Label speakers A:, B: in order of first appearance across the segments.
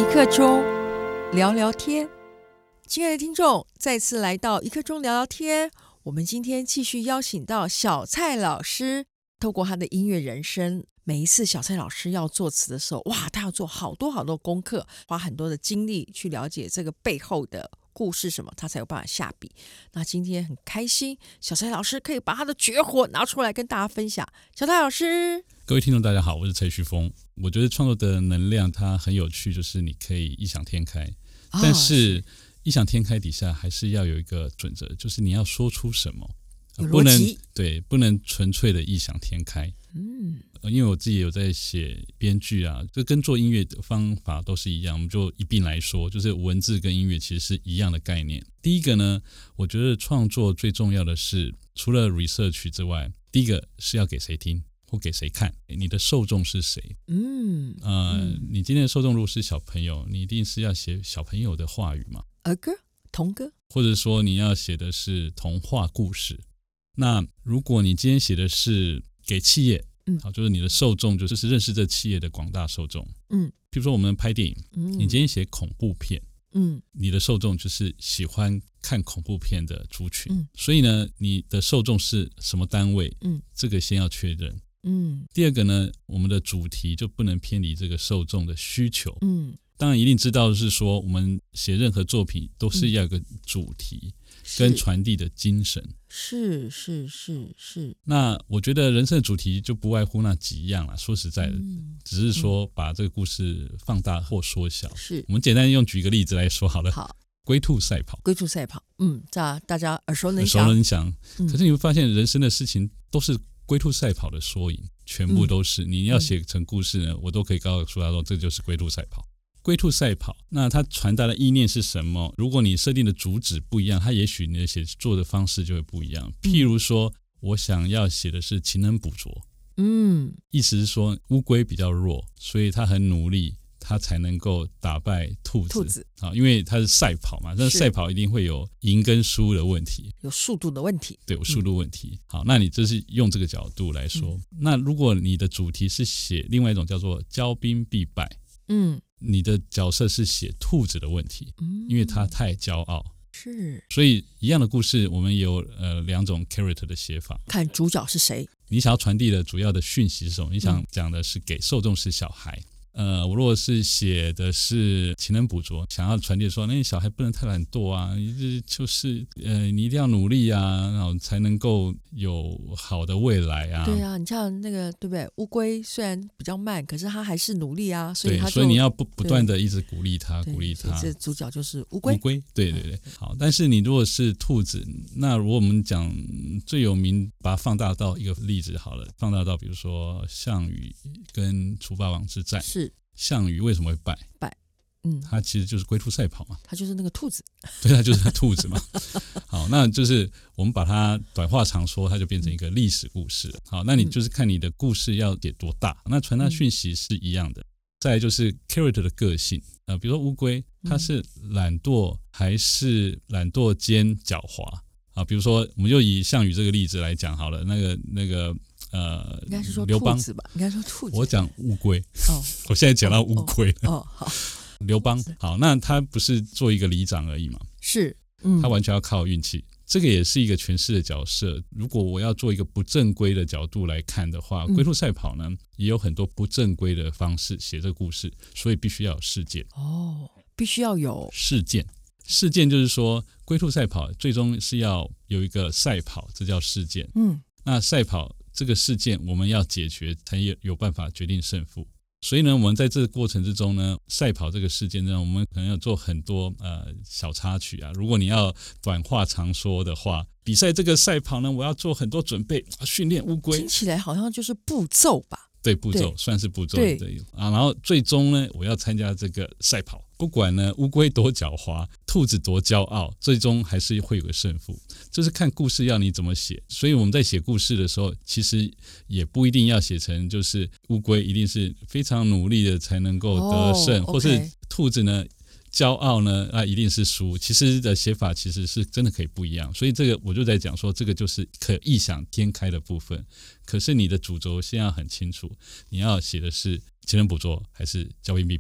A: 刻钟聊聊天。亲爱的听众，再次来到一刻钟聊聊天，我们今天继续邀请到小蔡老师，透过他的音乐人生，每一次小蔡老师要作词的时候，哇，他要做好多好多功课，花很多的精力去了解这个背后的故事什么，他才有办法下笔。那今天很开心，小蔡老师可以把他的绝活拿出来跟大家分享。小蔡老师，
B: 各位听众大家好，我是蔡旭峰。我觉得创作的能量它很有趣，就是你可以异想天开，但是异想天开底下还是要有一个准则，就是你要说出什么，
A: 有逻辑，
B: 不能纯粹的异想天开。因为我自己有在写编剧啊，这跟做音乐的方法都是一样，我们就一并来说，就是文字跟音乐其实是一样的概念。第一个呢，我觉得创作最重要的是，除了 research 之外，第一个是要给谁听或给谁看，你的受众是谁。你今天的受众如果是小朋友，你一定是要写小朋友的话语嘛，
A: 儿歌、童歌，
B: 或者说你要写的是童话故事。那如果你今天写的是给企业，好，就是你的受众就是认识这企业的广大受众。比如说我们拍电影，你今天写恐怖片，你的受众就是喜欢看恐怖片的族群。所以呢，你的受众是什么单位？这个先要确认。第二个呢，我们的主题就不能偏离这个受众的需求。当然一定知道是说，我们写任何作品都是要有个主题跟传递的精神。是。那我觉得人生的主题就不外乎那几样啦，说实在的，只是说把这个故事放大或缩小。我们简单举一个例子来说好了。好，龟兔赛跑。
A: 这大家耳熟能
B: 详。可是你会发现，人生的事情都是龟兔赛跑的缩影，全部都是。你要写成故事呢，我都可以告诉他说，这就是龟兔赛跑。龟兔赛跑，那它传达的意念是什么？如果你设定的主旨不一样，它也许你的写作的方式就会不一样。譬如说，我想要写的是勤能补拙，意思是说乌龟比较弱，所以它很努力，它才能够打败兔子。好，因为它是赛跑嘛，但是赛跑一定会有赢跟输的问题，
A: 有速度的问题。
B: 对，有速度问题。好，那你这是用这个角度来说。那如果你的主题是写另外一种叫做骄兵必败，你的角色是写兔子的问题，因为它太骄傲。所以一样的故事，我们有两种 character 的写法，
A: 看主角是谁。
B: 你想要传递的主要的讯息是什么？你想讲的是给受众是小孩。我如果是写的是勤能补拙，想要传递说，那小孩不能太懒惰啊，就是你一定要努力啊，然后才能够有好的未来啊。
A: 对啊，你像那个对不对？乌龟虽然比较慢，可是它还是努力啊，所以
B: 你要不断的一直鼓励他，鼓励他。
A: 这主角就是乌龟。
B: 对。好，但是你如果是兔子，那如果我们讲最有名，把它放大到一个例子好了，放大到比如说项羽跟楚霸王之战。项羽为什么会败？他其实就是龟兔赛跑嘛，
A: 他就是那个兔子。
B: 对，他就是兔子嘛。好，那就是我们把它短话长说，它就变成一个历史故事。好，那你就是看你的故事要写多大，那传达讯息是一样的。再来就是 character 的个性，比如说乌龟，它是懒惰还是懒惰兼狡猾啊？比如说，我们就以项羽这个例子来讲好了，那个
A: 应该是说兔子吧？应该说兔子。
B: 我讲乌龟。我现在讲到乌龟了。
A: 好。
B: 刘邦，好，那他不是做一个里长而已嘛？他完全要靠运气。这个也是一个诠释的角色。如果我要做一个不正规的角度来看的话，龟兔赛跑呢，也有很多不正规的方式写这个故事，所以必须要有事件。
A: 必须要有
B: 事件。事件就是说，龟兔赛跑最终是要有一个赛跑，这叫事件。那赛跑这个事件我们要解决，才有办法决定胜负。所以呢，我们在这个过程之中呢，赛跑这个事件呢，我们可能要做很多小插曲啊。如果你要短话长说的话，比赛这个赛跑呢，我要做很多准备，训练乌龟。
A: 听起来好像就是步骤吧？
B: 对，步骤算是步骤。对啊，然后最终呢，我要参加这个赛跑，不管呢乌龟多狡猾，兔子多骄傲，最终还是会有个胜负。这是看故事要你怎么写。所以我们在写故事的时候，其实也不一定要写成就是乌龟一定是非常努力的才能够得胜，或是兔子呢骄傲呢一定是输。其实的写法其实是真的可以不一样。所以这个我就在讲说，这个就是可异想天开的部分。可是你的主轴先要很清楚，你要写的是勤能补拙还是骄兵必败。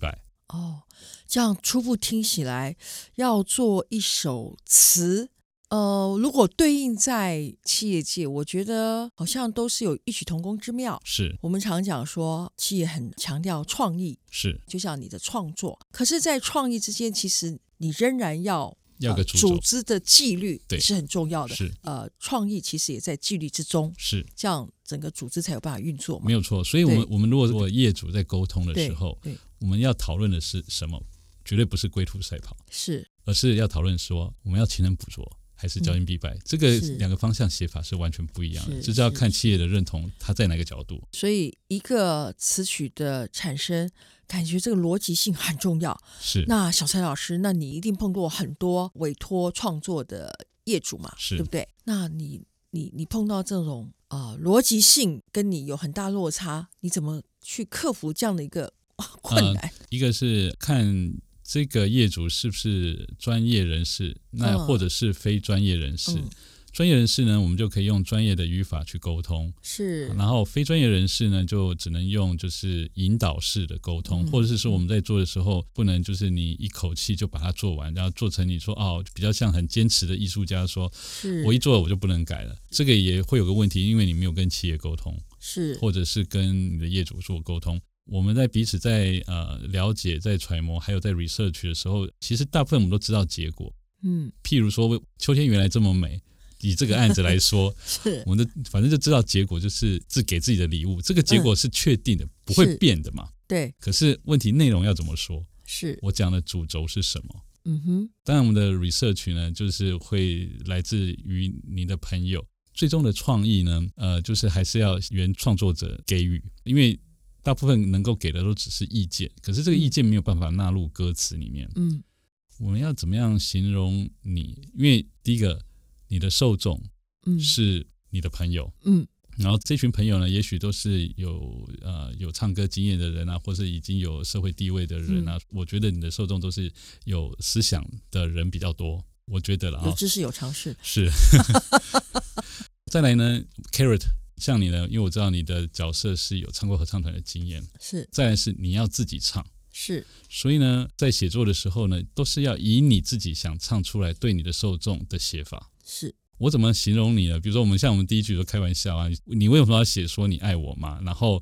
A: 哦，这样初步听起来要做一首词，如果对应在企业界，我觉得好像都是有异曲同工之妙。
B: 是
A: 我们常讲说，企业很强调创意，
B: 是，
A: 就像你的创作，可是在创意之间，其实你仍然要
B: 个
A: 组织的纪律
B: 对
A: 是很重要的。
B: 是
A: 创意其实也在纪律之中，
B: 是
A: 这样整个组织才有办法运作嘛。
B: 没有错。所以我们如果业主在沟通的时候，我们要讨论的是什么？绝对不是龟兔赛跑，而是要讨论说我们要勤能补拙还是骄兵必败，这个两个方向写法是完全不一样的，这是要看企业的认同，它在哪个角度。
A: 所以一个词曲的产生，感觉这个逻辑性很重要。
B: 是。
A: 那小蔡老师，那你一定碰过很多委托创作的业主嘛，对不对？那你碰到这种逻辑性跟你有很大落差，你怎么去克服这样的一个困难？
B: 一个是看这个业主是不是专业人士，那或者是非专业人士。专业人士呢，我们就可以用专业的语法去沟通，
A: 是。
B: 然后非专业人士呢，就只能用就是引导式的沟通，或者是说我们在做的时候，不能就是你一口气就把它做完，然后做成你说比较像很坚持的艺术家说，我一做我就不能改了，这个也会有个问题，因为你没有跟企业沟通，
A: 是，或
B: 者是跟你的业主做沟通。我们在彼此在了解、在揣摩，还有在 research 的时候，其实大部分我们都知道结果。譬如说秋天原来这么美，以这个案子来说，我们反正就知道结果就是自给自己的礼物，这个结果是确定的，不会变的嘛。
A: 对。
B: 可是问题内容要怎么说？
A: 是
B: 我讲的主轴是什么？当然我们的 research 呢，就是会来自于你的朋友，最终的创意呢，就是还是要原创作者给予，因为大部分能够给的都只是意见，可是这个意见没有办法纳入歌词里面。我们要怎么样形容你？因为第一个，你的受众是你的朋友，然后这群朋友呢，也许都是有唱歌经验的人啊，或是已经有社会地位的人啊。我觉得你的受众都是有思想的人比较多，我觉得了
A: 有知识有常识
B: 是。再来呢 ，Carrot。像你呢，因为我知道你的角色是有唱过合唱团的经验，
A: 是。
B: 再来是你要自己唱，
A: 是。
B: 所以呢，在写作的时候呢，都是要以你自己想唱出来对你的受众的写法。
A: 是。
B: 我怎么形容你呢？比如说我们第一句就开玩笑啊，你为什么要写说你爱我嘛？然后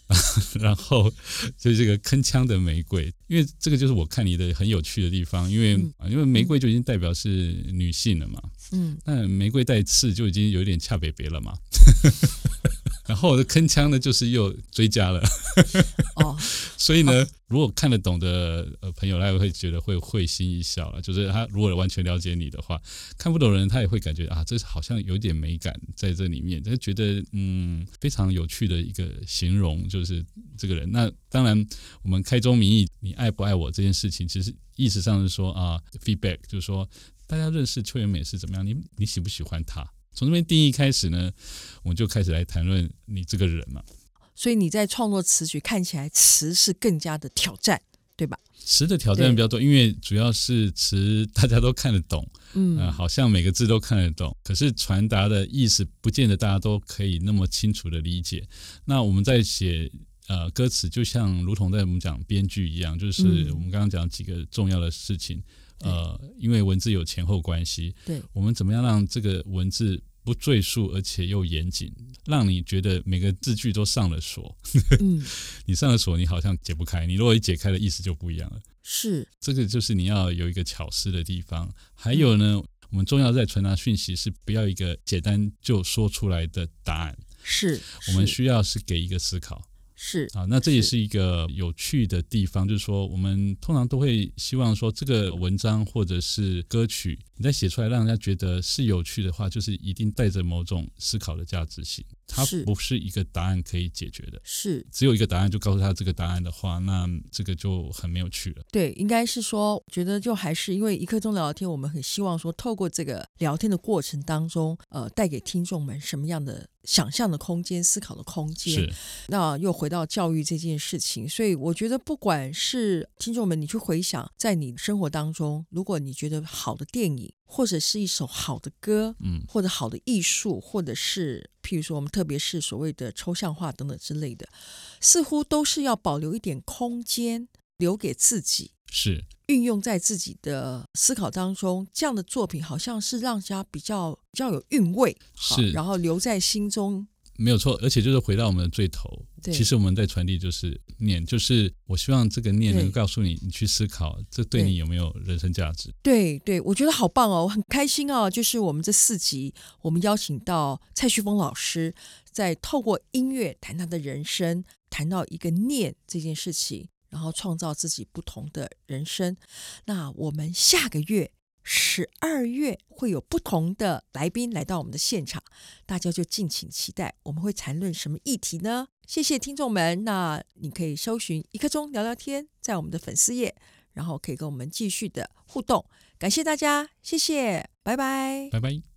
B: 就是这个铿锵的玫瑰，因为这个就是我看你的很有趣的地方，因为玫瑰就已经代表是女性了嘛，那玫瑰带刺就已经有点恰北北了嘛。然后我的铿锵呢，就是又追加了。所以呢，如果看得懂的朋友，他也会觉得会心一笑了。就是他如果完全了解你的话，看不懂的人他也会感觉这好像有点美感在这里面，他觉得非常有趣的一个形容，就是这个人。那当然，我们开宗明义，你爱不爱我这件事情，其实意思上是说feedback， 就是说大家认识秋元美是怎么样，你喜不喜欢他？从这边定义开始呢，我们就开始来谈论你这个人嘛。
A: 所以你在创作词曲，看起来词是更加的挑战，对吧？
B: 词的挑战比较多，因为主要是词大家都看得懂，好像每个字都看得懂，可是传达的意思不见得大家都可以那么清楚的理解。那我们在写歌词，就像如同在我们讲编剧一样，就是我们刚刚讲几个重要的事情。因为文字有前后关系，
A: 对，
B: 我们怎么样让这个文字不赘述，而且又严谨，让你觉得每个字句都上了锁。你上了锁，你好像解不开，你如果一解开了，意思就不一样了。
A: 是，
B: 这个就是你要有一个巧思的地方。还有呢，我们重要在传达讯息是不要一个简单就说出来的答案，
A: 是
B: 我们需要是给一个思考。
A: 是
B: 那这也是一个有趣的地方，就是说我们通常都会希望说这个文章或者是歌曲你在写出来让人家觉得是有趣的话，就是一定带着某种思考的价值性，它不是一个答案可以解决的。
A: 是
B: 只有一个答案就告诉他这个答案的话，那这个就很没有趣了。
A: 对，应该是说觉得就还是因为一刻钟聊天，我们很希望说透过这个聊天的过程当中带给听众们什么样的想象的空间、思考的空间。
B: 是，
A: 那又回到教育这件事情，所以我觉得不管是听众们你去回想在你生活当中，如果你觉得好的电影或者是一首好的歌，或者好的艺术，或者是譬如说我们特别是所谓的抽象化等等之类的，似乎都是要保留一点空间留给自己，
B: 是
A: 运用在自己的思考当中，这样的作品好像是让人家比较有韵味，
B: 是，
A: 然后留在心中。
B: 没有错，而且就是回到我们的最头，其实我们在传递就是念，就是我希望这个念能告诉你，你去思考这对你有没有人生价值。
A: 对，我觉得好棒哦，我很开心哦，就是我们这4集我们邀请到蔡旭峰老师，在透过音乐谈他的人生，谈到一个念这件事情，然后创造自己不同的人生。那我们下个月12月会有不同的来宾来到我们的现场，大家就敬请期待，我们会谈论什么议题呢？谢谢听众们，那你可以搜寻1刻钟聊聊天，在我们的粉丝页，然后可以跟我们继续的互动。感谢大家，谢谢，拜拜，
B: 拜拜。